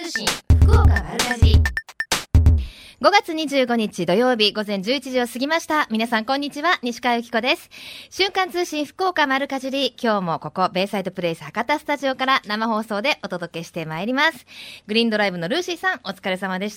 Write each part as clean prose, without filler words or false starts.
通信福岡丸かじり5月25日土曜日午前11時を過ぎました。皆さんこんにちは、西川由紀子です。瞬間通信福岡丸かじり、今日もここベイサイドプレイス博多スタジオから生放送でお届けしてまいります。グリーンドライブのルーシーさん、お疲れ様でした。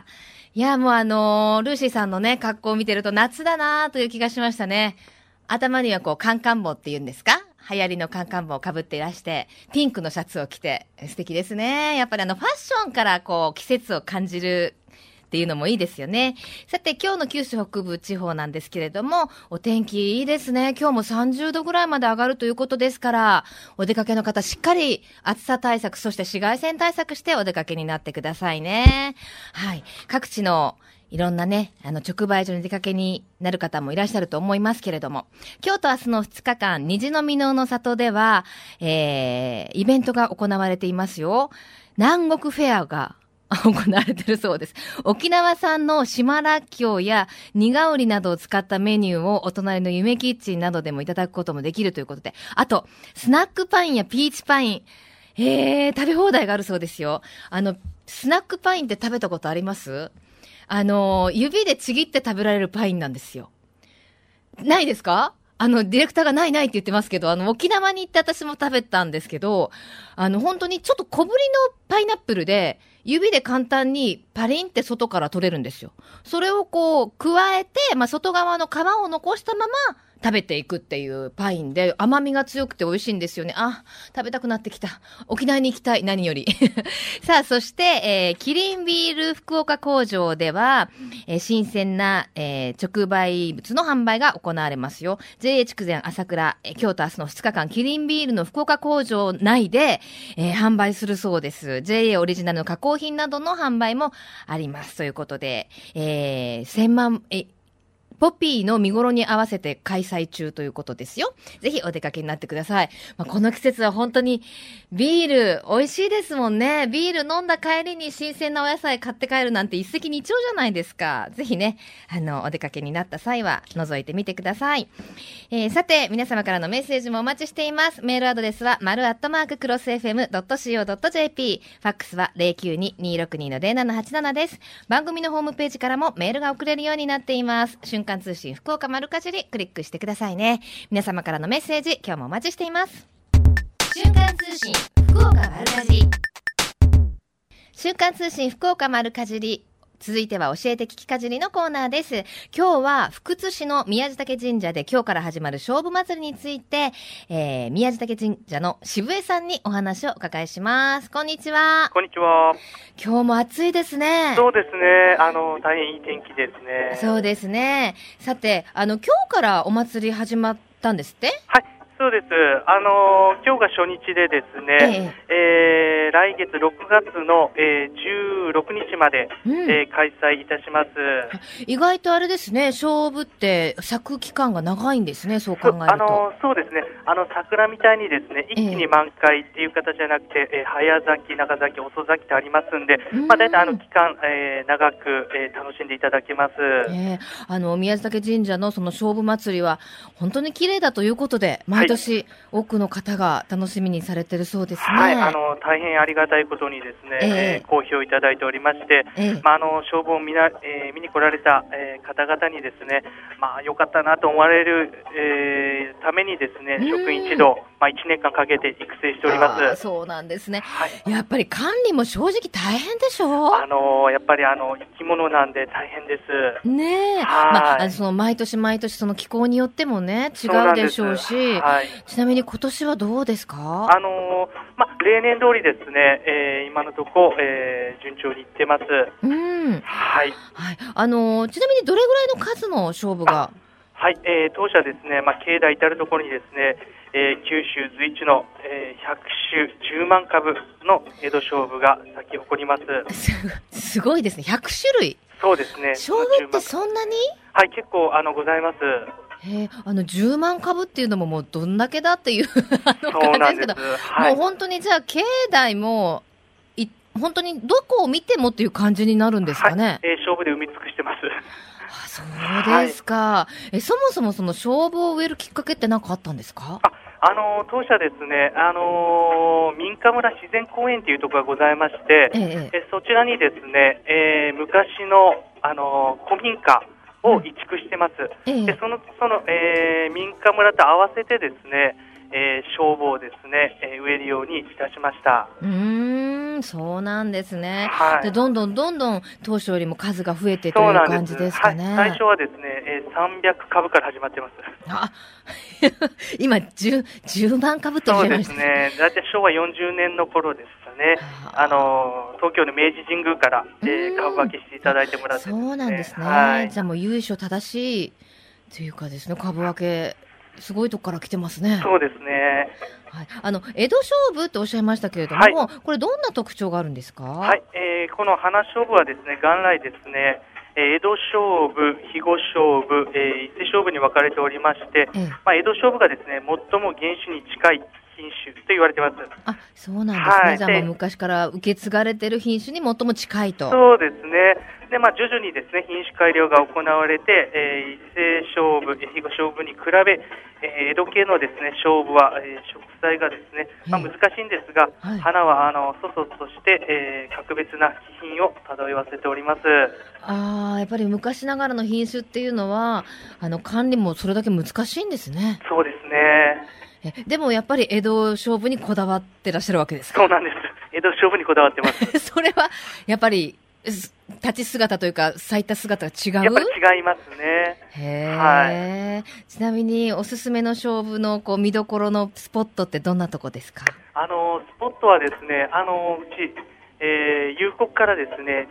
いや、もうルーシーさんのね、格好を見てると夏だなという気がしましたね。頭にはカンカン帽っていうんですか、流行りのカンカン帽をかぶっていらして、ピンクのシャツを着て、素敵ですね。やっぱりファッションから季節を感じるっていうのもいいですよね。さて、今日の九州北部地方なんですけれども、お天気いいですね。今日も30度ぐらいまで上がるということですから、お出かけの方しっかり暑さ対策、そして紫外線対策してお出かけになってくださいね。はい。各地のいろんなね、直売所に出かけになる方もいらっしゃると思いますけれども、今日と明日の2日間、虹の箕面の里では、イベントが行われていますよ。南国フェアが行われてるそうです。沖縄産の島らっきょうや苦織などを使ったメニューをお隣の夢キッチンなどでもいただくこともできるということで、あと、スナックパインやピーチパイン、食べ放題があるそうですよ。スナックパインって食べたことあります？指でちぎって食べられるパインなんですよ。ないですか？ディレクターがないって言ってますけど、沖縄に行って私も食べたんですけど、本当にちょっと小ぶりのパイナップルで、指で簡単にパリンって外から取れるんですよ。それを加えて、外側の皮を残したまま食べていくっていうパインで、甘みが強くて美味しいんですよね。あ、食べたくなってきた。沖縄に行きたい、何より。さあ、そして、キリンビール福岡工場では、新鮮な、直売物の販売が行われますよ。JA 筑前朝倉、今日と明日の2日間、キリンビールの福岡工場内で、販売するそうです。JA オリジナルの加工品などの販売もあります。ということで、ポピーの見頃に合わせて開催中ということですよ。ぜひお出かけになってください。この季節は本当にビール美味しいですもんね。ビール飲んだ帰りに新鮮なお野菜買って帰るなんて一石二鳥じゃないですか。ぜひね、お出かけになった際は覗いてみてください。さて、皆様からのメッセージもお待ちしています。メールアドレスはmaru@crossfm.co.jp、ファックスは 092-262-0787 です。番組のホームページからもメールが送れるようになっています。瞬間通信福岡丸かじり、クリックしてくださいね。皆様からのメッセージ、今日もお待ちしています。瞬間通信福岡丸かじり、瞬間通信福岡丸かじり、続いては教えて聞きかじりのコーナーです。今日は福津市の宮地嶽神社で今日から始まる勝負祭りについて、宮地嶽神社の渋江さんにお話をお伺いします。こんにちは。 こんにちは。 今日も暑いですね。 そうですね。大変いい天気ですね。 そうですね。さて、今日からお祭り始まったんですって？ はい。そうです。今日が初日でですね、来月6月の、16日まで、開催いたします。 意外とあれですね、勝負って咲く期間が長いんですね、そう考えると。 そうですね。桜みたいにですね、一気に満開っていう形じゃなくて、早咲き、長咲き、遅咲きってありますんで、だいたい期間、長く、楽しんでいただけます。 宮地嶽神社のその勝負祭りは本当に綺麗だということで、毎年多くの方が楽しみにされてるそうですね。 はい、大変ありがたいことにですね、好評いただいておりまして、勝負を見に来られた、方々にですね、良かったなと思われる、ためにですね、職員一同、1年間かけて育成しております。 そうなんですね。 はい、 やっぱり管理も正直大変でしょ？ やっぱり生き物なんで大変です。 ねえ。その毎年毎年その気候によってもね、違うでしょうし、ちなみに今年はどうですか？ 例年通りですね、今のところ、順調にいってます。はい。 はい。ちなみにどれぐらいの数の勝負が？ はい。当社ですね、境内至るところにですね、九州随一の、100種10万株の江戸勝負が咲き誇ります。 すごいですね。100種類。 そうですね。 勝負ってそんなに？ はい、結構ございます。 10万株っていうのももうどんだけだっていう感じですけど、もう本当にじゃあ境内も本当にどこを見てもっていう感じになるんですかね？ 勝負で埋め尽くしてます。 そうですか。そもそもその勝負を植えるきっかけって何かあったんですか？ 当社ですね、民家村自然公園というところがございまして、そちらにですね、昔の、古民家を移築してます。でその、民家村と合わせてですね、消防をですね、植えるようにいたしました。 そうなんですね。 はい、 でどんどん当初よりも数が増えてという感じですかね。 はい、最初はですね、300株から始まってます。 今10万株とおっしゃいましたね。 そうですね。だいたい昭和40年の頃ですかね。東京の明治神宮から、株分けしていただいてもらって、 そうなんですね。じゃあもう由緒正しいというかですね、株分けすごいとこから来てますね。 そうですね。 はい、江戸菖蒲とおっしゃいましたけれども、これどんな特徴があるんですか？ はい、この花菖蒲はですね、元来ですね、江戸菖蒲、肥後菖蒲、伊勢菖蒲に分かれておりまして、江戸菖蒲がですね、最も原種に近い品種と言われています。 そうなんですね。じゃあもう昔から受け継がれている品種に最も近いと。 そうですね。で、徐々にですね、品種改良が行われて、伊勢菖蒲、肥後菖蒲に比べ、江戸系のですね、菖蒲は、植栽がですね、難しいんですが、花はそそとして、格別な気品を漂わせております。 やっぱり昔ながらの品種っていうのは管理もそれだけ難しいんですね。 そうですね。 でもやっぱり江戸菖蒲にこだわってらっしゃるわけですか？ そうなんです。江戸菖蒲にこだわってます。 それはやっぱり立ち姿というか咲いた姿が違う？ やっぱり違いますね。 ちなみにおすすめの菖蒲の見どころのスポットってどんなとこですか？ スポットはですね、うち、夕刻からですね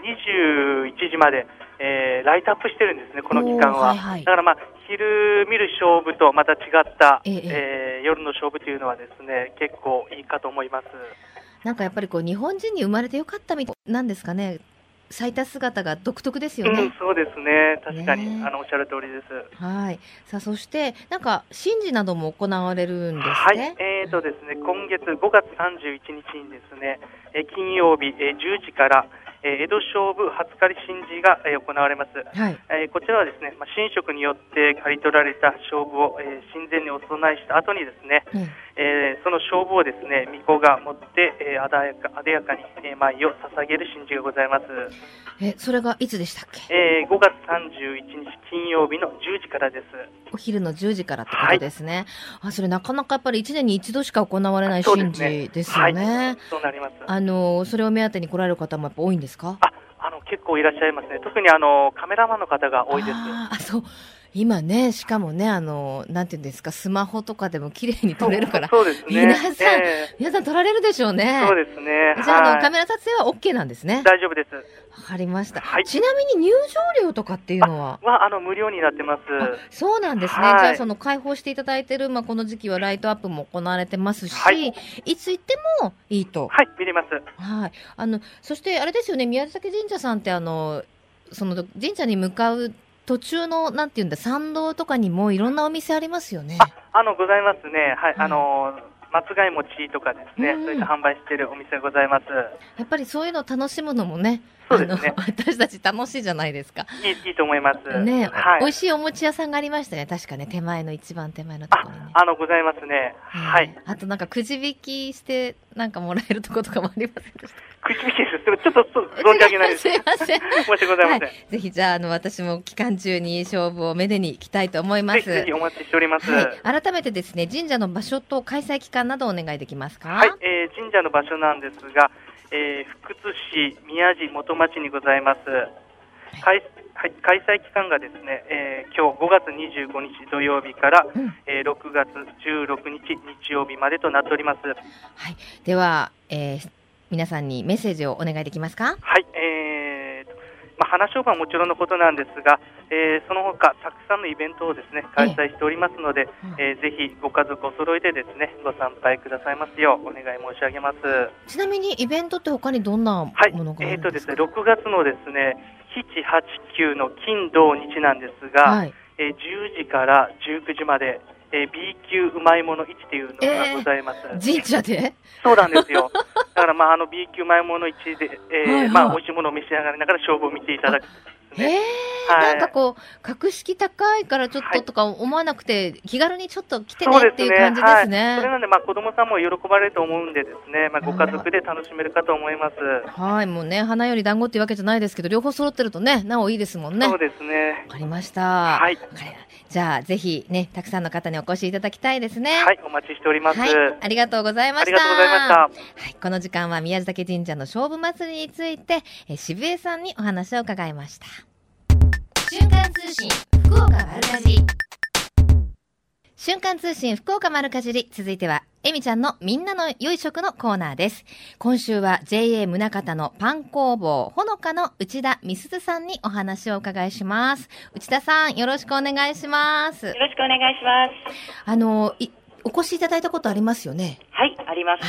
21時まで、ライトアップしてるんですね、この期間は。だから昼見る菖蒲とまた違った、夜の菖蒲というのはですね、結構いいかと思います。 なんかやっぱり日本人に生まれてよかったみたいなんですかね。咲いた姿が独特ですよね。 そうですね。確かに、おっしゃる通りです。 はい。さあ、そしてなんか神事なども行われるんですね。 ですね、今月5月31日にですね、金曜日、10時から江戸菖蒲初刈り神事が、行われます。こちらはですね、神職によって刈り取られた菖蒲を、神前にお供えした後にですね、その菖蒲をですね、巫女が持って、あでやかに、舞を捧げる神事がございます。 それがいつでしたっけ ？5月31日金曜日の10時からです。 お昼の10時からってことですね。それなかなかやっぱり1年に1度しか行われない神事ですよね。 そうなります。 それを目当てに来られる方もやっぱ多いんですか？ 結構いらっしゃいますね。特にカメラマンの方が多いです。 そう。今ね、しかもね、なんていうんですか、スマホとかでも綺麗に撮れるから、 そうですね。 皆さん撮られるでしょうね。 そうですね。 じゃあ、カメラ撮影は OK なんですね。 大丈夫です。 わかりました。ちなみに入場料とかっていうのは無料になってます。 そうなんですね。じゃあ、その開放していただいている、この時期はライトアップも行われてますし、いつ行ってもいいと。 見れます。 そしてあれですよね、宮崎神社さんってその神社に向かう途中のなんていうんだ、参道とかにもいろんなお店ありますよね。 ございますね。松貝餅とかですね、そういった販売しているお店がございます。やっぱりそういうのを楽しむのもね、私たち楽しいじゃないですか。 いいと思いますね。美味しいお餅屋さんがありましたね。確かね、一番手前のところにね。 ございますね。 あとなんかくじ引きしてなんかもらえるとことかもありませんでした。 くじ引きです。ちょっと存じ上げないです。 すいません。 申し訳ございません。 ぜひじゃあ私も期間中に菖蒲をめでに行きたいと思います。 ぜひお待ちしております。 改めてですね、神社の場所と開催期間などお願いできますか？ 神社の場所なんですが、福津市宮地元町にございます。開催期間がですね、今日5月25日土曜日から、6月16日日曜日までとなっております。 では、皆さんにメッセージをお願いできますか？ 花菖蒲はもちろんのことなんですが、その他たくさんのイベントをですね開催しておりますので、ぜひご家族お揃いでですねご参拝くださいますようお願い申し上げます。 ちなみにイベントって他にどんなものがあるんですか ？6月のですね7、8、9の金土日なんですが、10時から19時までB 級うまいもの市というのがございます。 神社で？ そうなんですよ。だからB 級うまいもの市で、美味しいものを召し上がりながら勝負を見ていただくですね。 なんかこう格式高いからちょっととか思わなくて、気軽にちょっと来てねっていう感じですね。 それなんで子供さんも喜ばれると思うんでですね、ご家族で楽しめるかと思います。 はい、もうね、花より団子っていうわけじゃないですけど、両方揃ってるとね、なおいいですもんね。 そうですね。 わかりました。 はい。 じゃあぜひね、たくさんの方にお越しいただきたいですね。 はい、お待ちしております。 はい、ありがとうございました。 ありがとうございました。 はい、この時間は宮地嶽神社の菖蒲祭りについて、渋江さんにお話を伺いました。瞬間通信福岡丸かじり。瞬間通信福岡丸かじり、続いてはえみちゃんのみんなの良い食のコーナーです。今週は JA 宗像のパン工房ほのかの内田美鈴さんにお話をお伺いします。内田さん、よろしくお願いします。 よろしくお願いします。 お越しいただいたことありますよね。 はい、あります。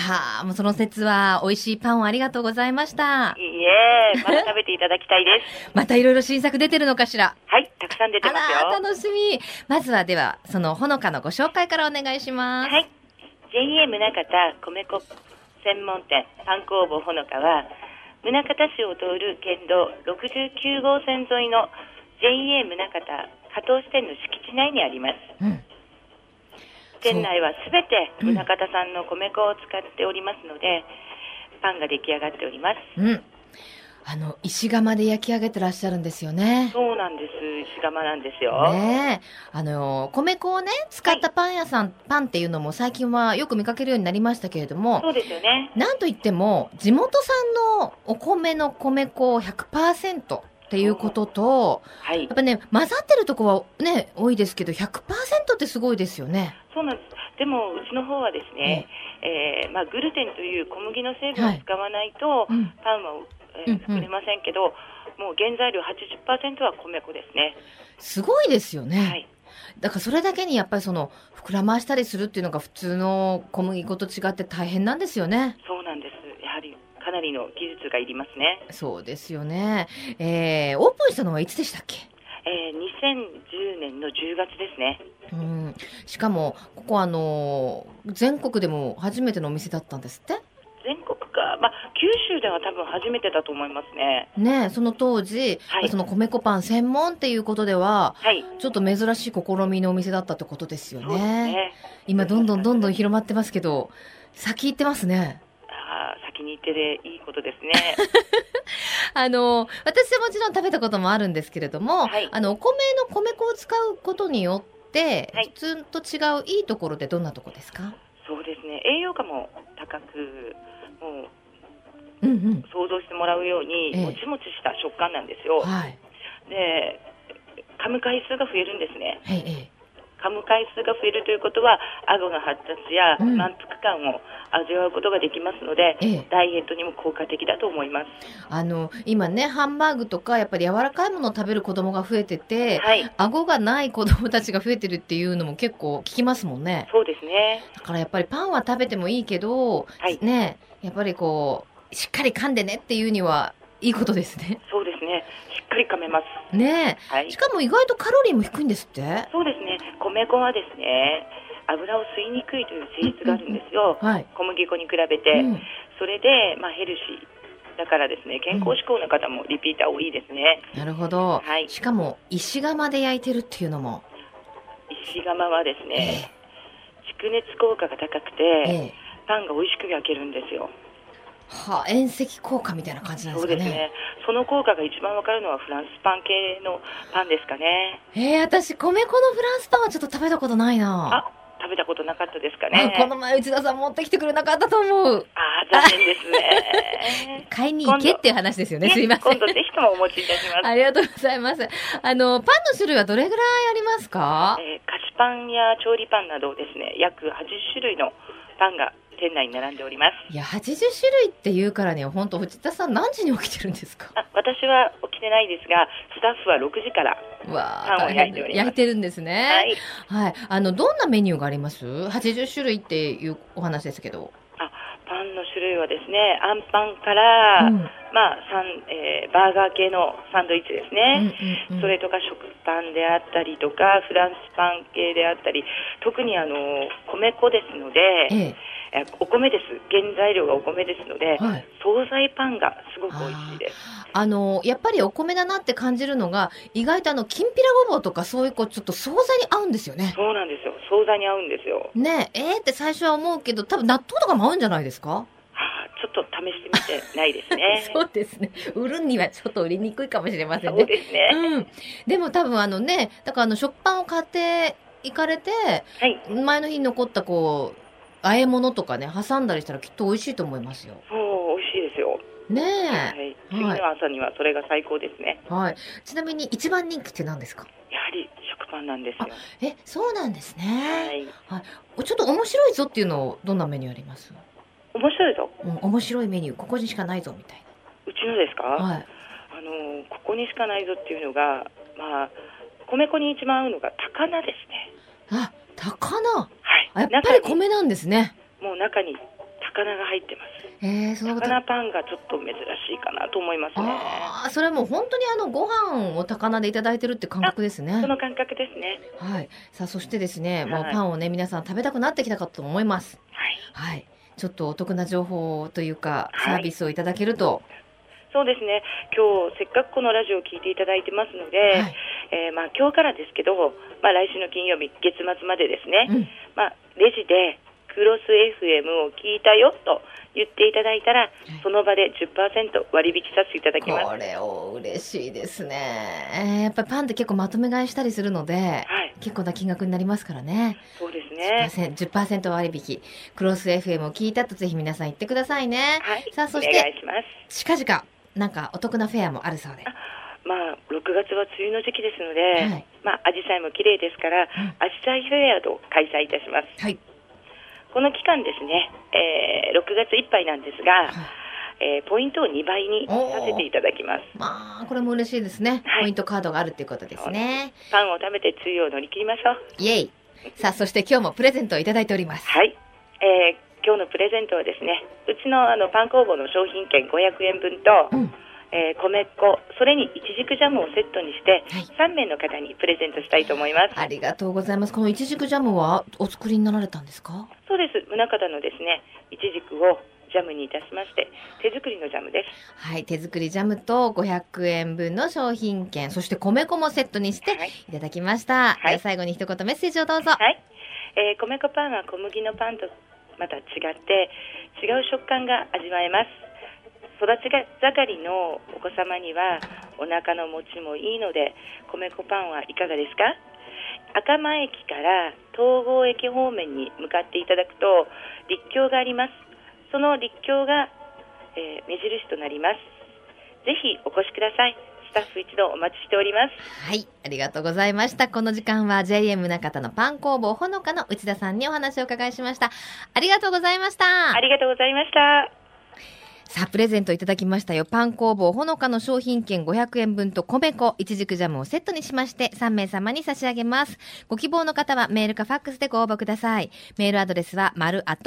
もうその説は美味しいパンをありがとうございました。 いいえ、また食べていただきたいです。 またいろいろ新作出てるのかしら。 はい、たくさん出てますよ。 楽しみ。まずはでは、そのほのかのご紹介からお願いします。 はい。JA 宗像米粉専門店パン工房ほのかは、宗像市を通る県道69号線沿いの JA 宗像加藤支店の敷地内にあります。店内はすべて宗像さんの米粉を使っておりますので、パンが出来上がっております。 石窯で焼き上げてらっしゃるんですよね。 そうなんです。石窯なんですよ。 ねえ。米粉をね、使ったパン屋さん、パンっていうのも最近はよく見かけるようになりましたけれども。 そうですよね。 なんといっても、地元産のお米の米粉 100%。っていうことと、やっぱね、混ざってるとこはね、多いですけど、100% ってすごいですよね。 そうなんです。でも、うちの方はですね、グルテンという小麦の成分を使わないと、パンは、作れませんけど、もう原材料 80% は米粉ですね。 すごいですよね。 はい。 だからそれだけにやっぱり膨らましたりするっていうのが普通の小麦粉と違って大変なんですよね。 そうなんです。やはりかなりの技術がいりますね。 そうですよね。オープンしたのはいつでしたっけ ？2010年の10月ですね。 しかもここ全国でも初めてのお店だったんですって？ 全国か、九州では多分初めてだと思いますね。 ねえ、その当時、その米粉パン専門っていうことでは、ちょっと珍しい試みのお店だったってことですよね。 そうですね。 今どんどん広まってますけど、先行ってますね。 先に行ってでいいことですね。 私はもちろん食べたこともあるんですけれども、お米の米粉を使うことによって、普通と違ういいところってどんなところですか？ そうですね。栄養価も高く、もう、想像してもらうように、もちもちした食感なんですよ。で、噛む回数が増えるんですね。噛む回数が増えるということは、顎の発達や満腹感を味わうことができますので、ダイエットにも効果的だと思います。 今ね、ハンバーグとかやっぱり柔らかいものを食べる子供が増えてて、顎がない子供たちが増えてるっていうのも結構聞きますもんね。 そうですね。 だからやっぱりパンは食べてもいいけど、ね、やっぱりしっかり噛んでねっていうにはいいことですね。 そうですね。しっかり噛めますね。しかも意外とカロリーも低いんですって。 そうですね。米粉はですね、油を吸いにくいという性質があるんですよ。小麦粉に比べて、それでヘルシーだからですね、健康志向の方もリピーター多いですね。 なるほど。しかも石窯で焼いてるっていうのも。 石窯はですね、蓄熱効果が高くて、パンが美味しく焼けるんですよ。 遠赤効果みたいな感じなんですかね。 そうですね。その効果が一番わかるのはフランスパン系のパンですかね。 私米粉のフランスパンはちょっと食べたことないな。 食べたことなかったですかね。 この前内田さん持ってきてくれなかったと思う。 残念ですね。 買いに行けっていう話ですよね。すいません。 今度ぜひともお持ちいたします。 ありがとうございます。パンの種類はどれぐらいありますか？ 菓子パンや調理パンなどですね、約80種類のパンが店内に並んでおります。 いや、80種類って言うからね、本当内田さん何時に起きてるんですか？ 私は起きてないですが、スタッフは6時からパンを焼いております。 焼いてるんですね。どんなメニューがあります？ 80 種類っていうお話ですけど。 パンの種類はですね、あんパンから、バーガー系のサンドイッチですね、それとか食パンであったりとかフランスパン系であったり、特に米粉ですので、 お米です。原材料がお米ですので、 はい、 惣菜パンがすごく美味しいです。 やっぱりお米だなって感じるのが、意外ときんぴらごぼうとかそういうちょっと惣菜に合うんですよね。 そうなんですよ。惣菜に合うんですよ。 ねえ、って最初は思うけど、多分納豆とかも合うんじゃないですか？ ちょっと試してみてないですね。 そうですね。売るにはちょっと売りにくいかもしれませんね。 そうですね。 うん。でも多分だから食パンを買って行かれて、はい、前の日に残った和え物とかね、挟んだりしたらきっと美味しいと思いますよ。 そう、美味しいですよ。 ねえ。 はい。次の朝にはそれが最高ですね。 はい。ちなみに一番人気って何ですか？ やはり食パンなんですよ。 そうなんですね。 はい。 はい。ちょっと面白いぞっていうのをどんなメニューあります？ 面白いぞ。 面白いメニュー、ここにしかないぞみたいな。 うちのですか？はい。ここにしかないぞっていうのが、米粉に一番合うのが高菜ですね。 高菜。はい。やっぱり米なんですね。 もう中に高菜が入ってます。高菜パンがちょっと珍しいかなと思いますね。 それはもう本当にご飯を高菜でいただいてるって感覚ですね。 その感覚ですね。 はい。さあ、そしてですね、もうパンをね、皆さん食べたくなってきたかと思います。はい。はい。ちょっとお得な情報というか、サービスをいただけると。 そうですね。今日せっかくこのラジオを聞いていただいてますので、今日からですけど、来週の金曜日月末までですね、レジでクロス FM を聞いたよと言っていただいたら、その場で 10% 割引させていただきます。 これ嬉しいですね。やっぱりパンって結構まとめ買いしたりするので、結構な金額になりますからね。 そうですね。 10% 割引、クロス FM を聞いたとぜひ皆さん言ってくださいね。 はい。 さあ、そしてお願いします。 近々なんかお得なフェアもあるそうで。 6月は梅雨の時期ですので、アジサイも綺麗ですから、アジサイフェアを開催いたします。はい。この期間ですね、6月いっぱいなんですが、ポイントを2倍にさせていただきます。 これも嬉しいですね。ポイントカードがあるっていうことですね。 パンを食べて梅雨を乗り切りましょう。 イエイ。さあ、そして今日もプレゼントをいただいております。 はい。今日のプレゼントはですね、うちのパン工房の商品券500円分と、米粉、それにいちじくジャムをセットにして、3名の方にプレゼントしたいと思います。 ありがとうございます。このいちじくジャムはお作りになられたんですか？ そうです。宗像のですね、いちじくをジャムにいたしまして、手作りのジャムです。 はい、手作りジャムと500円分の商品券、そして米粉もセットにしていただきました。では最後に一言メッセージをどうぞ。 はい。米粉パンは小麦のパンとまた違って違う食感が味わえます。育ち盛りのお子様にはお腹の持ちもいいので、米粉パンはいかがですか？赤間駅から東郷駅方面に向かっていただくと陸橋があります。その陸橋が、目印となります。ぜひお越しください。スタッフ一同お待ちしております。 はい、ありがとうございました。この時間は JM 中田のパン工房ほのかの内田さんにお話をお伺いしました。ありがとうございました。 ありがとうございました。 さあ、プレゼントいただきましたよ。パン工房ほのかの商品券500円分と米粉、いちじくジャムをセットにしまして3名様に差し上げます。ご希望の方はメールかファックスでご応募ください。メールアドレスは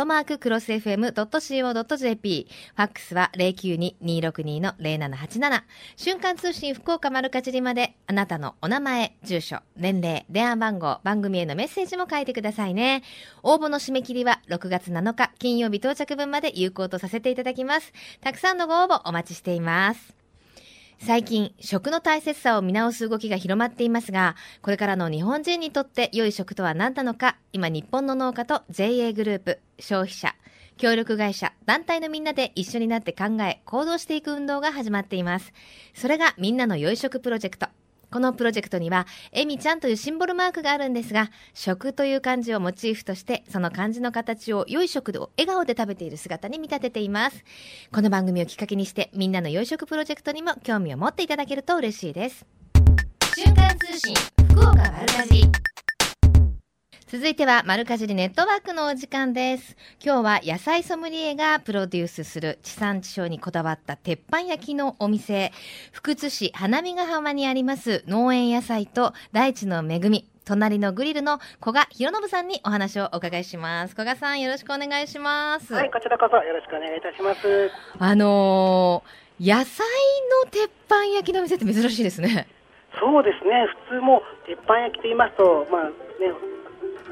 丸@crossfm.co.jp。ファックスは 092-262-0787。瞬間通信福岡丸かじりまであなたのお名前、住所、年齢、電話番号、番組へのメッセージも書いてくださいね。応募の締め切りは6月7日金曜日到着分まで有効とさせていただきます。たくさんのご応募お待ちしています。最近、食の大切さを見直す動きが広まっていますが、これからの日本人にとって良い食とは何なのか、今日本の農家と JA グループ、消費者、協力会社、団体のみんなで一緒になって考え、行動していく運動が始まっています。それがみんなの良い食プロジェクト。このプロジェクトには、えみちゃんというシンボルマークがあるんですが、食という漢字をモチーフとして、その漢字の形を良い食で笑顔で食べている姿に見立てています。この番組をきっかけにして、みんなの良い食プロジェクトにも興味を持っていただけると嬉しいです。瞬間通信、福岡丸かじり。続いては丸かじりネットワークのお時間です。今日は野菜ソムリエがプロデュースする地産地消にこだわった鉄板焼きのお店、福津市花見ヶ浜にあります農園野菜と大地の恵み、隣のグリルの古賀博信さんにお話をお伺いします。古賀さん、よろしくお願いします。 はい、こちらこそよろしくお願いいたします。 野菜の鉄板焼きの店って珍しいですね。 そうですね。普通も鉄板焼きと言いますと、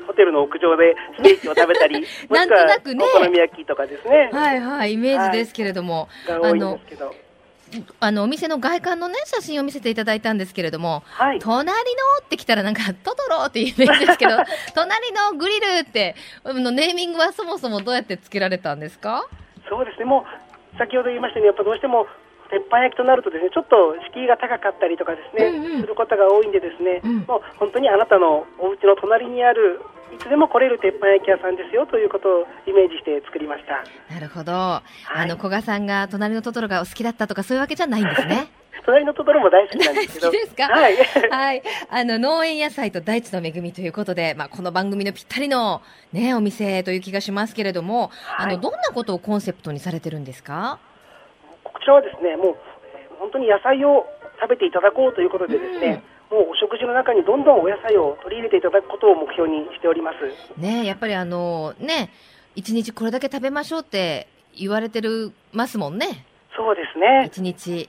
ホテルの屋上でステーキを食べたりなんとなくね、 お好み焼きとかですね。 はいはい、イメージですけれども、 が多いんですけど、 お店の外観のね、写真を見せていただいたんですけれども、 はい、 隣のってきたらなんかトトロっていうイメージですけど隣のグリルってネーミングはそもそもどうやってつけられたんですか？ そうですね、もう先ほど言いましたように、やっぱどうしても鉄板焼きとなるとですね、ちょっと敷居が高かったりとかですね、することが多いんでですね、もう本当にあなたのお家の隣にあるいつでも来れる鉄板焼き屋さんですよということをイメージして作りました。 なるほど、古賀さんが隣のトトロがお好きだったとかそういうわけじゃないんですね。 隣のトトロも大好きなんですけど。 好きですか？ はい、 はい、農園野菜と大地の恵みということで、この番組のぴったりの、ね、お店という気がしますけれども、どんなことをコンセプトにされてるんですか？ こちらはですね、もう本当に野菜を食べていただこうということでですね、もうお食事の中にどんどんお野菜を取り入れていただくことを目標にしております。ね、 やっぱり一日これだけ食べましょうって言われてますもんね。 そうですね。 一日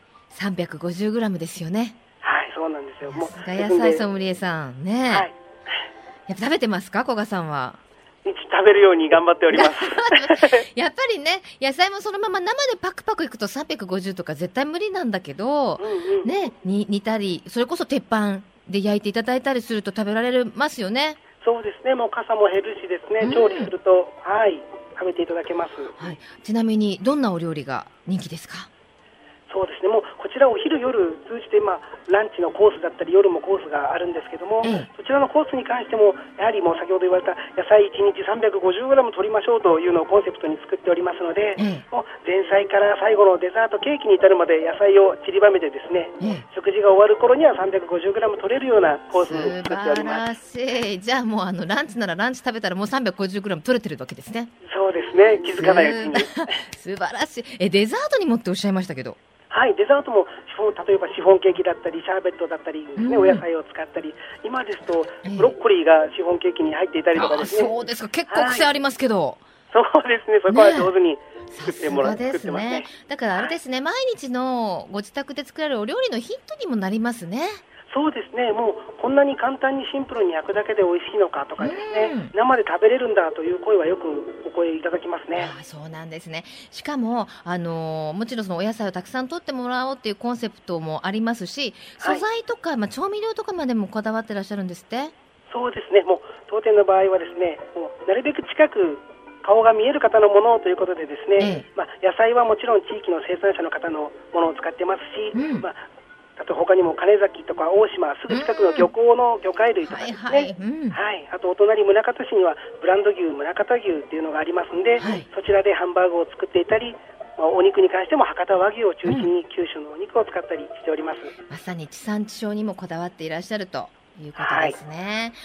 350g ですよね。 はい、そうなんですよ。もうさすが野菜ソムリエさんね。はい、やっぱ食べてますか、古賀さんは？ 食べるように頑張っておりますやっぱりね、野菜もそのまま生でパクパクいくと350とか絶対無理なんだけど、ね、煮たりそれこそ鉄板で焼いていただいたりすると食べられますよね。 そうですね、もう傘も減るしですね、調理すると、はい、食べていただけます。 はい、ちなみにどんなお料理が人気ですか？ そうですね、もうこちらお昼夜通じて、ランチのコースだったり夜もコースがあるんですけども、そちらのコースに関してもやはりもう先ほど言われた野菜1日 350g 取りましょうというのをコンセプトに作っておりますので、もう前菜から最後のデザートケーキに至るまで野菜を散りばめてですね、食事が終わる頃には 350g 取れるようなコースを作っております。 素晴らしい。じゃあもうランチならランチ食べたらもう 350g 取れてるわけですね。 そうですね、気づかないうちに素晴らしい。デザートにもっておっしゃいましたけど、 はい、デザートも例えばシフォンケーキだったりシャーベットだったりですね、お野菜を使ったり、今ですとブロッコリーがシフォンケーキに入っていたりとかですね。 そうですか、結構癖ありますけど、 そうですね、そこは上手に作ってもらってますね。 だからあれですね、毎日のご自宅で作られるお料理のヒントにもなりますね。 そうですね、もうこんなに簡単にシンプルに焼くだけで美味しいのかとかですね、生で食べれるんだという声はよくお声いただきますね。 そうなんですね。しかも、もちろんそのお野菜をたくさん取ってもらおうっていうコンセプトもありますし、素材とか、調味料とかまでもこだわってらっしゃるんですって？ そうですね、もう当店の場合はですね、もうなるべく近く顔が見える方のものということでですね、野菜はもちろん地域の生産者の方のものを使ってますし、あと他にも金崎とか大島すぐ近くの漁港の魚介類とかですね、あとお隣宗像市にはブランド牛宗像牛っていうのがありますんで、そちらでハンバーグを作っていたり、お肉に関しても博多和牛を中心に九州のお肉を使ったりしております。 まさに地産地消にもこだわっていらっしゃるということですね。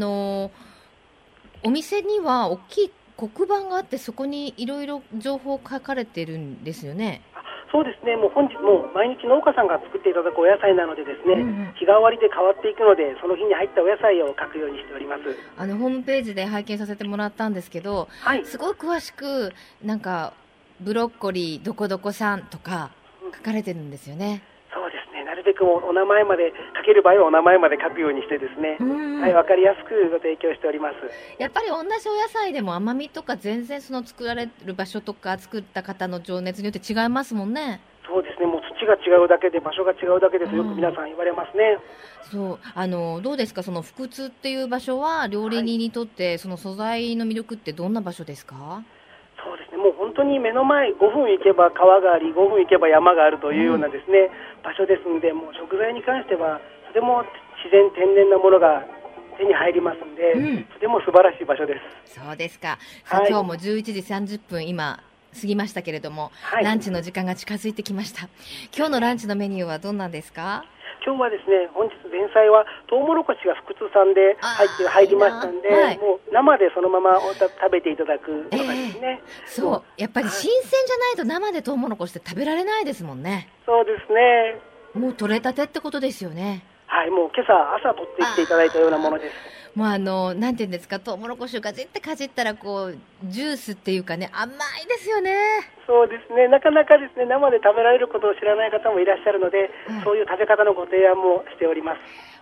お店には大きい黒板があって、そこにいろいろ情報書かれてるんですよね。 そうですね、もう本日も毎日農家さんが作っていただくお野菜なのでですね、日替わりで変わっていくので、その日に入ったお野菜を書くようにしております。 ホームページで拝見させてもらったんですけど、すごい詳しくなんかブロッコリーどこどこさんとか書かれてるんですよね。 そうですね、なるべくお名前まで書ける場合はお名前まで書くようにしてですね、分かりやすくご提供しております。 やっぱり同じお野菜でも甘みとか全然その作られる場所とか作った方の情熱によって違いますもんね。 そうですね、もう土が違うだけで場所が違うだけですよく皆さん言われますね。 そうどうですか、その福津っていう場所は料理人にとってその素材の魅力ってどんな場所ですか？ そうですね、もう本当に目の前5分行けば川があり5分行けば山があるというようなですね、場所ですので、もう食材に関してはとても自然天然なものが手に入りますので、とても素晴らしい場所です。 そうですか。今日も11時30分今過ぎましたけれども、ランチの時間が近づいてきました。今日のランチのメニューはどんなんですか？ 今日はですね、本日前菜はトウモロコシが福津産で入りましたんで、もう生でそのまま食べていただくとかですね。 そうやっぱり新鮮じゃないと生でトウモロコシって食べられないですもんね。 そうですね。 もう取れたてってことですよね。 はい、もう今朝取ってきていただいたようなものです。 もうなんていうんですか、トウモロコシをガジってかじったらこうジュースっていうかね、甘いですよね。 そうですね、なかなかですね、生で食べられることを知らない方もいらっしゃるので、そういう食べ方のご提案もしております。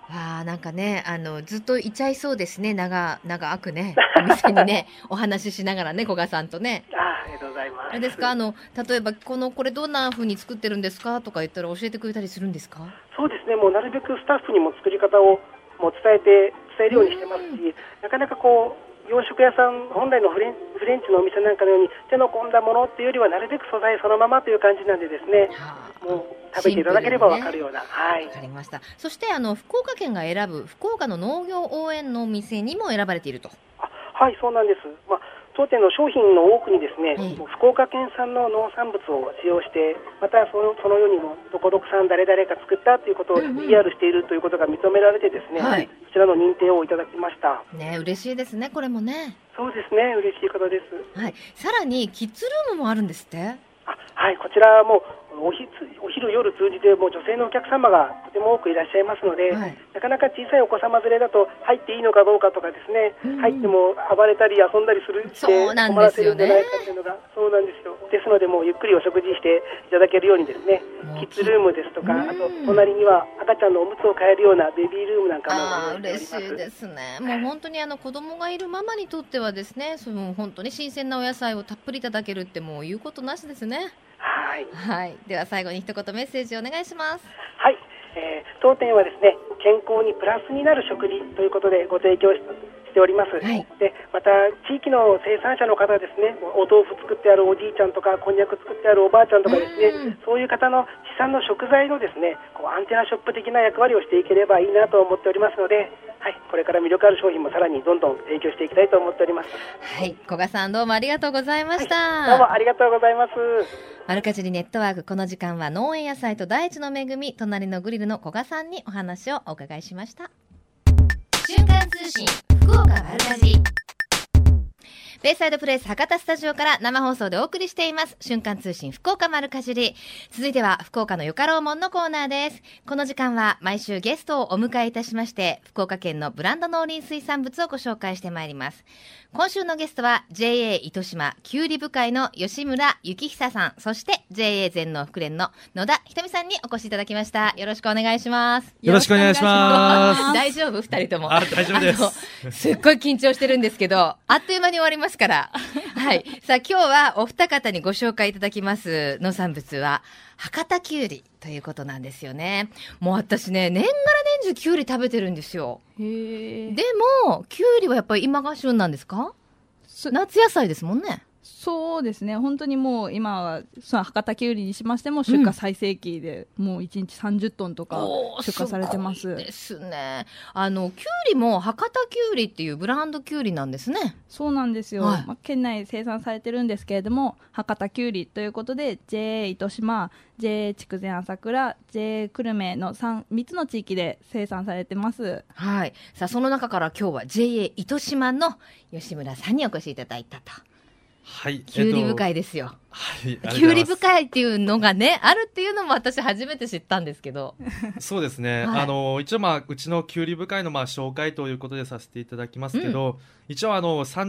なんかね、ずっといちゃいそうですね、長くね、お店にね、お話ししながらね、古賀さんとね。 ありがとうございます。 あれですか、例えば、これどんな風に作ってるんですかとか言ったら教えてくれたりするんですか？ そうですね、もうなるべくスタッフにも作り方をもう伝えるようにしてますし、なかなか洋食屋さん本来のフレンチのお店なんかのように手の込んだものっていうよりはなるべく素材そのままという感じなんでですね、もう食べていただければ分かるような、 分かりました。そして福岡県が選ぶ福岡の農業応援のお店にも選ばれていると。 はい、そうなんです。当店の商品の多くにですね、福岡県産の農産物を使用して、またそのようにもどこどこ産誰々が作ったということを PR しているということが認められてですね、そちらの認定をいただきました。 ね、嬉しいですね、これもね。 そうですね、嬉しいことです。 はい、さらにキッズルームもあるんですって。 はい、こちらもお昼夜通じてもう女性のお客様がとても多くいらっしゃいますので、なかなか小さいお子様連れだと入っていいのかどうかとかですね、入っても暴れたり遊んだりするそうなんですよね。 そうなんですよ。ですのでもうゆっくりお食事していただけるようにですね、キッズルームですとか、あと隣には赤ちゃんのおむつを変えるようなベビールームなんかも嬉しいですね。もう本当に子供がいるママにとってはですね、本当に新鮮なお野菜をたっぷりいただけるってもう言うことなしですね。はい、では最後に一言メッセージお願いします。 はい、当店はですね、健康にプラスになる食事ということでご提供しております。でまた地域の生産者の方ですね、お豆腐作ってあるおじいちゃんとかこんにゃく作ってあるおばあちゃんとかですね、そういう方の地産の食材のですね、アンテナショップ的な役割をしていければいいなと思っておりますので、はい、これから魅力ある商品もさらにどんどん提供していきたいと思っております。 はい、古賀さんどうもありがとうございました。 どうもありがとうございます。 マルカジリネットワーク、この時間は農園野菜と大地の恵み、隣のグリルの古賀さんにお話をお伺いしました。瞬間通信福岡マルカジ。ベイサイドプレイス博多スタジオから生放送でお送りしています瞬間通信福岡丸かじり。続いては福岡のよかろうもんのコーナーです。この時間は毎週ゲストをお迎えいたしまして、福岡県のブランド農林水産物をご紹介してまいります。今週のゲストは JA 糸島きゅうり部会の吉村幸久さん、そして JA 全農福連の野田ひとみさんにお越しいただきました。よろしくお願いします。 よろしくお願いします。 大丈夫二人とも。 大丈夫です。 すっごい緊張してるんですけど、あっという間に終わりますから。はい。さあ今日はお二方にご紹介いただきます農産物は博多きゅうりということなんですよね。もう私ね、年がら年中きゅうり食べてるんですよ。でもきゅうりはやっぱり今が旬なんですか？夏野菜ですもんね。 そうですね、本当にもう今はその博多きゅうりにしましても出荷最盛期で、もう1日30トンとか出荷されてます。 すごいですね。きゅうりも博多きゅうりっていうブランドきゅうりなんですね。 そうなんですよ、県内生産されてるんですけれども、博多きゅうりということで JA 糸島、JA 筑前朝倉、JA 久留米の 3つの地域で生産されてます。 はい。さあその中から今日は JA 糸島の吉村さんにお越しいただいたと。 はい、 きゅうり深いですよ。 はい、 きゅうり深いっていうのがね、あるっていうのも私初めて知ったんですけど。 そうですね。一応うちのきゅうり深いの紹介ということでさせていただきますけど、一応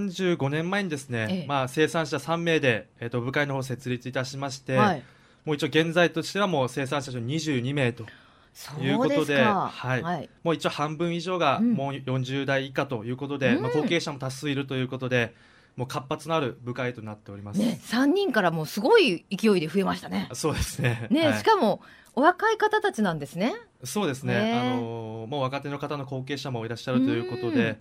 35年前にですね、生産者3名で部会の方を設立いたしまして、もう一応現在としてはもう生産者22名と。いうことで、もう一応半分以上がもう40代以下ということで、後継者も多数いるということで、もう活発なる部会となっております。 3人からもうすごい勢いで増えましたね。 そうですね。 しかもお若い方たちなんですね。 そうですね。もう若手の方の後継者もいらっしゃるということで、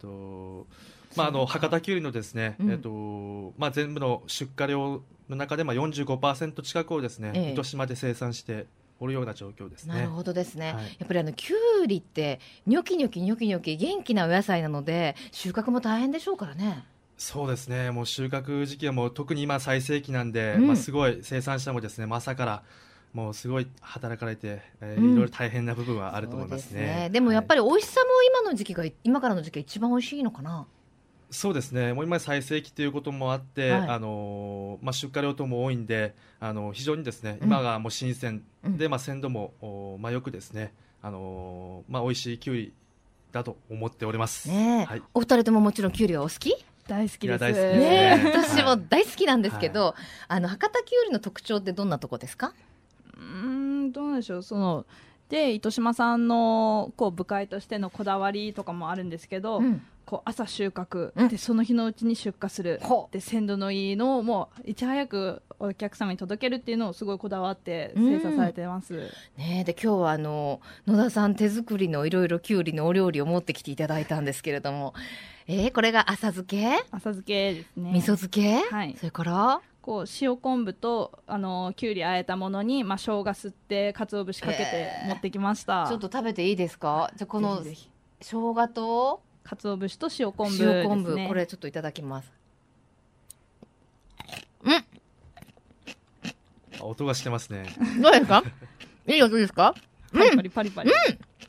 博多きゅうりのですね、全部の出荷量の中で45% 近くをですね、糸島で生産しておるような状況ですね。 なるほどですね。やっぱりきゅうりってニョキニョキニョキニョキ元気なお野菜なので収穫も大変でしょうからね。 そうですね。もう収穫時期はもう特に今最盛期なんで、すごい生産者もですね、朝からもうすごい働かれて、いろいろ大変な部分はあると思いますね。 でもやっぱり美味しさも今からの時期が一番美味しいのかな。 そうですね。もう今最盛期ということもあって、出荷量等も多いんで、非常にですね、今がもう新鮮で、鮮度もよくですね、美味しいきゅうりだと思っております。 お二人とももちろんきゅうりはお好き？ 大好きです。 私も大好きなんですけど、博多きゅうりの特徴ってどんなとこですか？ どうでしょう。 で糸島さんのこう部会としてのこだわりとかもあるんですけど、こう朝収穫、でその日のうちに出荷する、で鮮度のいいのをもういち早くお客様に届けるっていうのをすごいこだわって生産されてます、 ね、で今日は野田さん手作りのいろいろきゅうりのお料理を持ってきていただいたんですけれども、これが浅漬けですね。 味噌漬け、 はい、 それからこう塩昆布ときゅうりあえたものに、生姜吸って鰹節かけて持ってきました、 ちょっと食べていいですか。じゃあこの生姜と鰹節と塩昆布ですね。 これちょっといただきます。 音がしてますね。 どうですかいい音ですか。 パリパリパリパリ、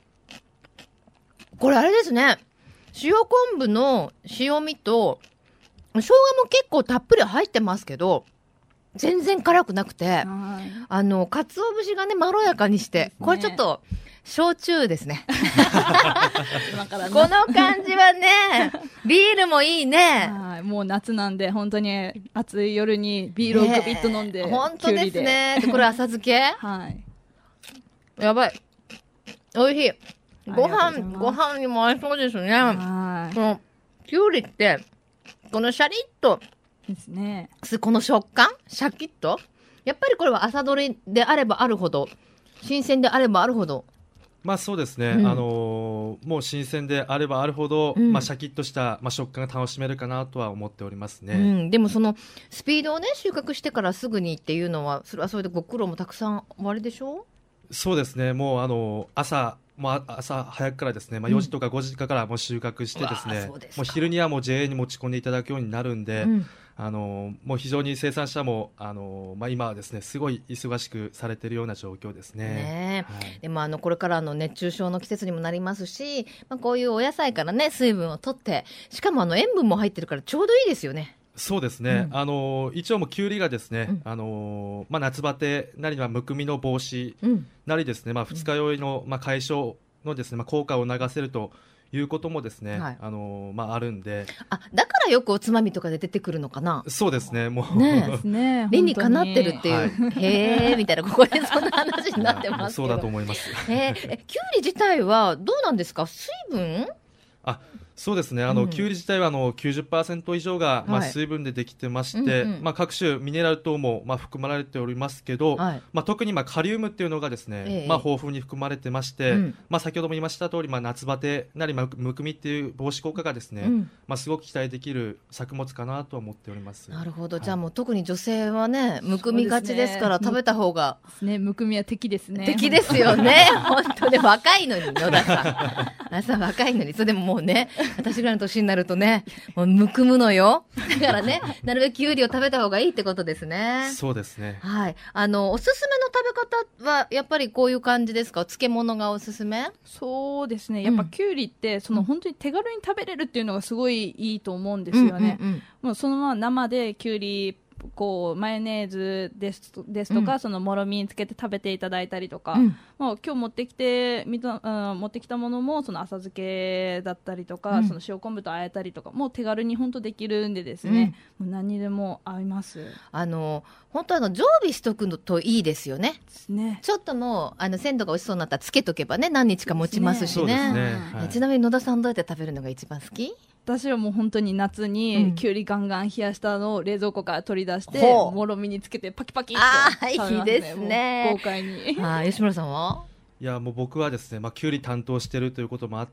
これあれですね、塩昆布の塩味と生姜も結構たっぷり入ってますけど全然辛くなくて、鰹節がねまろやかにして、これちょっと焼酎ですねこの感じはねビールもいいね。 もう夏なんで本当に暑い夜にビールをグビッと飲んで、 本当ですね。これ浅漬けはい、 やばい、おいしい。ご飯にも合いそうですね。このきゅうりってこのシャリッとですね、 この食感シャキッと、やっぱりこれは朝どれであればあるほど、新鮮であればあるほど、 まあそうですね、もう新鮮であればあるほど、シャキッとした、食感が楽しめるかなとは思っておりますね、 でもそのスピードをね収穫してからすぐにっていうのはそれはそれでご苦労もたくさんおありでしょう。 そうですね、もう朝早くからですね、4時とか5時からもう収穫してですね、もう昼にはもう JA に持ち込んでいただくようになるんで、もう非常に生産者も今はですねすごい忙しくされているような状況ですね。 でもこれから熱中症の季節にもなりますし、こういうお野菜からね水分を取って、しかも塩分も入ってるからちょうどいいですよね。 そうですね、一応もうきゅうりがですね、夏バテなりはむくみの防止なりですね、二日酔いの、解消のですね、効果を流せるということもですね、あるんで、 だからよくおつまみとかで出てくるのかな。 そうですね、もう理にかなってるっていう、へーみたいな、ここでそんな話になってますけどそうだと思います。 きゅうり自体はどうなんですか、水分。 そうですね、きゅうり自体は90% 以上が、水分でできてまして、各種ミネラル等も、含まれておりますけど、特にカリウムっていうのがですね、豊富に含まれてまして、先ほども言いました通り、夏バテなりむくみっていう防止効果がですね、すごく期待できる作物かなと思っております。 なるほど、じゃあもう特に女性はねむくみがちですから、食べた方がむくみは敵ですね。 敵ですよね本当で若いのに、野田さん若いのに、それでももうね私ぐらいの年になるとねもうむくむのよ。だからねなるべくきゅうりを食べた方がいいってことですね。 そうですね、 おすすめの食べ方はやっぱりこういう感じですか。漬物がおすすめ。 そうですね、やっぱきゅうりって本当に手軽に食べれるっていうのがすごいいいと思うんですよね、もうそのまま生できゅうりこうマヨネーズですとか、そのもろみにつけて食べていただいたりとか、もう今日持ってきたものもその浅漬けだったりとか、その塩昆布とあえたりとかもう手軽に本当できるんでですね、もう何にでも合います。 本当常備しとくのといいですよね。ちょっともう鮮度が美味しそうになったらつけとけばね何日か持ちますしね。ちなみに野田さんどうやって食べるのが一番好き。 私はもう本当に夏にきゅうりガンガン冷やしたのを冷蔵庫から取り出して、もろみにつけてパキパキっと食べますね。 いいですね、 豪快に。 吉村さんは。 いやもう僕はですね、きゅうり担当しているということもあって、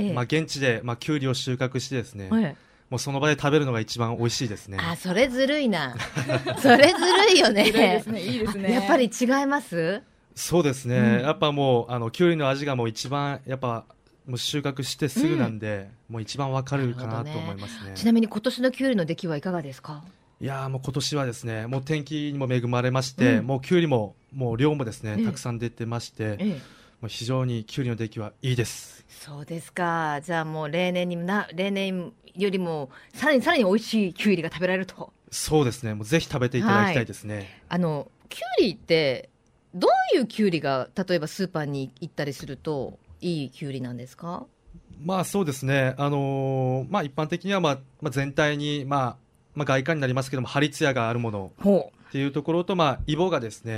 現地できゅうりを収穫してですね、もうその場で食べるのが一番美味しいですね。 それずるいなそれずるいよね。 ずるいですね、いいですね。 やっぱり違います。 そうですね、やっぱもうきゅうりの味がもう一番やっぱもう収穫してすぐなんで、もう一番わかるかなと思いますね。 ちなみに今年のきゅうりの出来はいかがですか。 いやもう今年はですね、もう天気にも恵まれまして、もうきゅうりももう量もですね、たくさん出てまして、もう非常にきゅうりの出来はいいです。 そうですか。じゃあもう例年よりもさらに美味しいきゅうりが食べられると。 そうですね、もうぜひ食べていただきたいですね。 きゅうりってどういうきゅうりが例えばスーパーに行ったりするといいきゅうりなんですか。 そうですね、一般的には、全体に、外観になりますけども張り艶があるものっていうところと、イボがですね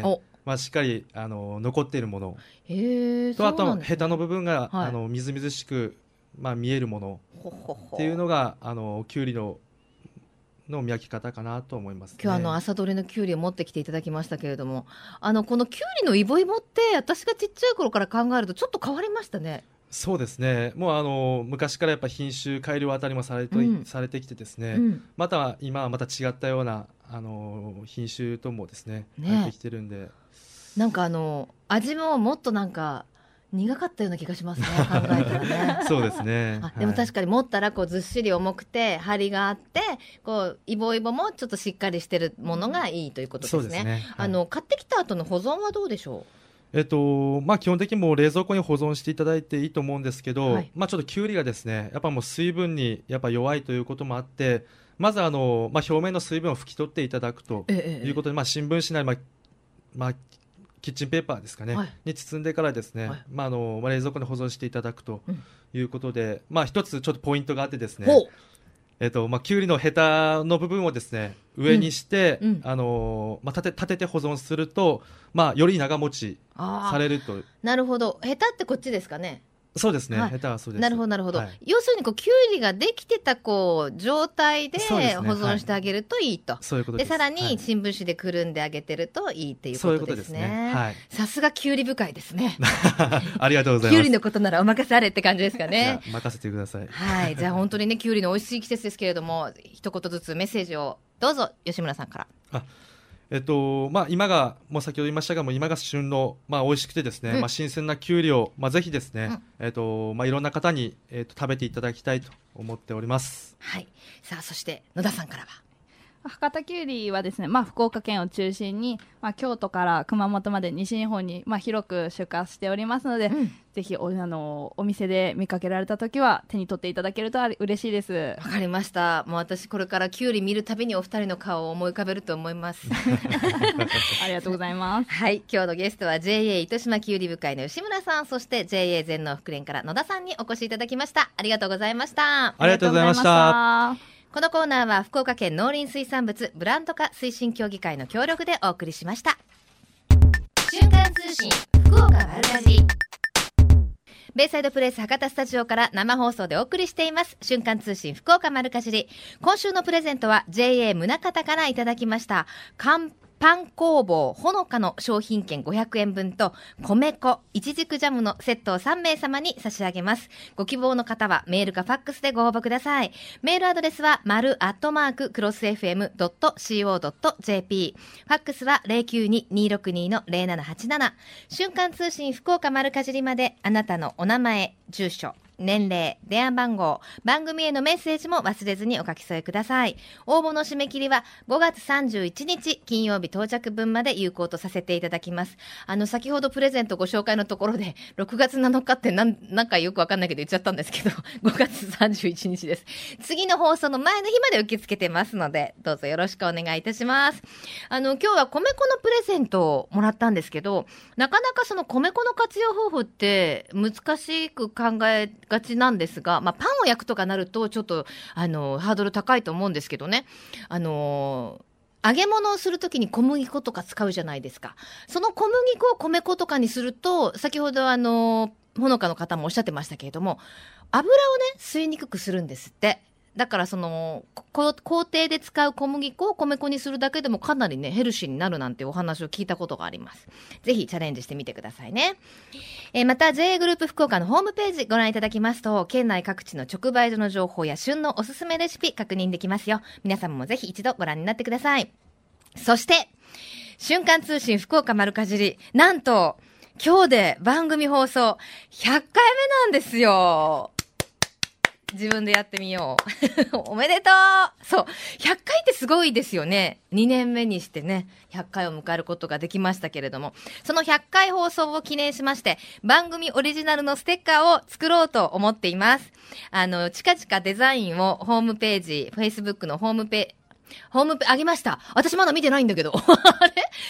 しっかり残っているものと、あとはヘタの部分が、みずみずしく、見えるものっていうのがきゅうりの見分け方かなと思いますね。 今日朝どれのきゅうりを持ってきていただきましたけれども、このきゅうりのイボイボって私がちっちゃい頃から考えるとちょっと変わりましたね。 そうですね。もう昔からやっぱ品種改良あたりもされてきてですね、また今はまた違ったような品種ともですね入ってきてるんで、 なんか味ももっとなんか苦かったような気がしますね、考えたらね。 そうですね。 でも確かに持ったらこうずっしり重くて張りがあって、こうイボイボもちょっとしっかりしてるものがいいということですね。 そうですね。 買ってきた後の保存はどうでしょう？ 基本的にもう冷蔵庫に保存していただいていいと思うんですけど、ちょっときゅうりがですね、やっぱもう水分にやっぱ弱いということもあって、まず表面の水分を拭き取っていただくということで、新聞紙なり、キッチンペーパーですかね、に包んでからですね、冷蔵庫に保存していただくということで、一つちょっとポイントがあってですね、きゅうりのヘタの部分をですね上にして、立てて保存すると、より長持ちされると。 なるほど。ヘタってこっちですかね。 そうですね、ヘタはそうです。 なるほどなるほど、要するにきゅうりができてた状態で保存してあげるといいと。 そういうことです。 でさらに新聞紙でくるんであげてるといいっていうことですね。さすがきゅうり深いですね。 ありがとうございます。 きゅうりのことならお任せあれって感じですかね。 任せてください。 はい、じゃあ本当にね、きゅうりの美味しい季節ですけれども、一言ずつメッセージをどうぞ、吉村さんから。 今がもう先ほど言いましたが、もう今が旬の、美味しくてですね、新鮮なきゅうりを、ぜひですね、いろんな方に、食べていただきたいと思っております。 はい。さあそして野田さんからは。 博多きゅうりはですね、福岡県を中心に、京都から熊本まで西日本に、広く出荷しておりますので、ぜひお店で見かけられた時は手に取っていただけると嬉しいです。 わかりました。もう私これからきゅうり見るたびにお二人の顔を思い浮かべると思います。 ありがとうございます。 はい、今日のゲストは JA 糸島きゅうり部会の吉村さん、そして JA 全農福連から野田さんにお越しいただきました。ありがとうございました。 ありがとうございました。 このコーナーは福岡県農林水産物ブランド化推進協議会の協力でお送りしました。瞬間通信福岡丸かじり、ベイサイドプレイス博多スタジオから生放送でお送りしています瞬間通信福岡丸かじり。今週のプレゼントは JA 宗像からいただきましたパン工房ほのかの商品券500円分と米粉いちじくジャムのセットを3名様に差し上げます。ご希望の方はメールかファックスでご応募ください。メールアドレスは丸@crossfm.co.jp、 ファックスは 092-262-0787。 瞬間通信福岡丸かじりまで、あなたのお名前、住所、年齢、電話番号、番組へのメッセージも忘れずにお書き添えください。応募の締め切りは5月31日金曜日到着分まで有効とさせていただきます。先ほどプレゼントご紹介のところで6月7日ってなんかよくわかんないけど言っちゃったんですけど、5月31日です。次の放送の前の日まで受け付けてますので、どうぞよろしくお願いいたします。今日は米粉のプレゼントをもらったんですけど、なかなかその米粉の活用方法って難しく考えがちなんですが、パンを焼くとかなるとちょっとハードル高いと思うんですけどね、揚げ物をするときに小麦粉とか使うじゃないですか。その小麦粉を米粉とかにすると、先ほどほのかの方もおっしゃってましたけれども、油をね吸いにくくするんですって。だからその工程で使う小麦粉を米粉にするだけでもかなりねヘルシーになるなんてお話を聞いたことがあります。ぜひチャレンジしてみてくださいね。また JA グループ福岡のホームページご覧いただきますと、県内各地の直売所の情報や旬のおすすめレシピ確認できますよ。皆様もぜひ一度ご覧になってください。そして瞬間通信福岡丸かじり、なんと今日で番組放送100回目なんですよ。自分でやってみよう。おめでとう。そう。100回ってすごいですよね。2年目にしてね、100回を迎えることができましたけれども、その100回放送を記念しまして、番組オリジナルのステッカーを作ろうと思っています。近々デザインをホームページ、Facebook のホームペホームページ、あげました。私まだ見てないんだけど。あれ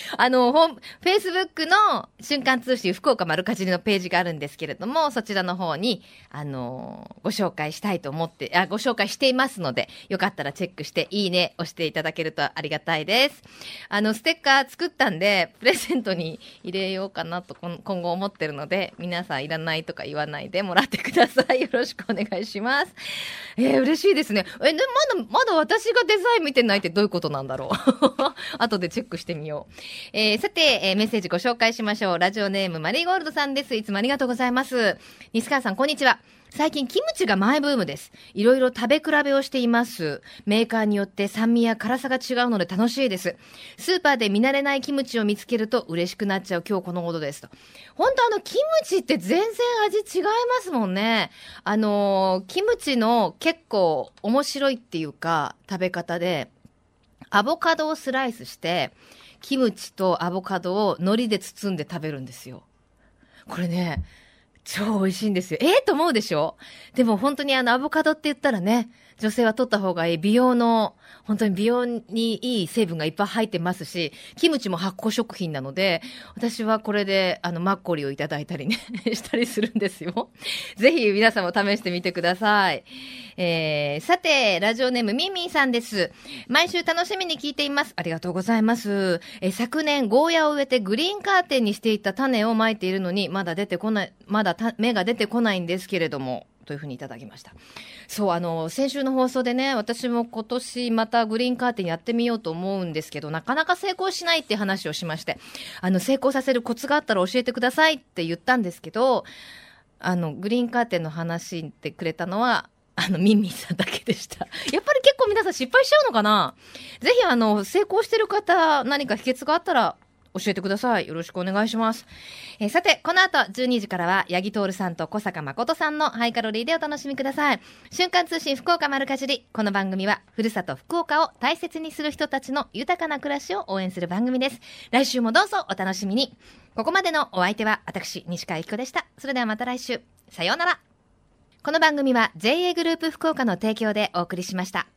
Facebook の瞬間通信福岡丸かじりのページがあるんですけれども、そちらの方に、ご紹介したいと思って、ご紹介していますので、よかったらチェックして、いいね、押していただけるとありがたいです。ステッカー作ったんで、プレゼントに入れようかなと今後思ってるので、皆さんいらないとか言わないでもらってください。よろしくお願いします。嬉しいですね。で、まだ私がデザイン見てないってどういうことなんだろう。後でチェックしてみよう。さて、メッセージご紹介しましょう。ラジオネームマリーゴールドさんです。いつもありがとうございます。西川さん、こんにちは。最近キムチがマイブームです。いろいろ食べ比べをしています。メーカーによって酸味や辛さが違うので楽しいです。スーパーで見慣れないキムチを見つけると嬉しくなっちゃう今日この頃ですと。本当キムチって全然味違いますもんね。キムチの結構面白いっていうか食べ方で、アボカドをスライスして、キムチとアボカドを海苔で包んで食べるんですよ。これね、超美味しいんですよ。と思うでしょ？でも本当にアボカドって言ったらね、女性は取った方がいい本当に美容にいい成分がいっぱい入ってますし、キムチも発酵食品なので、私はこれでマッコリをいただいたりね、したりするんですよ。ぜひ皆さんも試してみてください。さて、ラジオネームミンミンさんです。毎週楽しみに聞いています。ありがとうございます。昨年ゴーヤを植えてグリーンカーテンにしていた種をまいているのに、まだ芽が出てこないんですけれども、というふうにいただきました。そう、先週の放送でね、私も今年またグリーンカーテンやってみようと思うんですけど、なかなか成功しないって話をしまして、成功させるコツがあったら教えてくださいって言ったんですけど、グリーンカーテンの話ってくれたのは、ミンミンさんだけでした。やっぱり結構皆さん失敗しちゃうのかな？ぜひ成功してる方、何か秘訣があったら、教えてください。よろしくお願いします。さて、この後12時からは、八木徹さんと小坂誠さんのハイカロリーでお楽しみください。瞬間通信福岡丸かじり。この番組は、ふるさと福岡を大切にする人たちの豊かな暮らしを応援する番組です。来週もどうぞお楽しみに。ここまでのお相手は、私、西川由紀子でした。それではまた来週。さようなら。この番組は、JA グループ福岡の提供でお送りしました。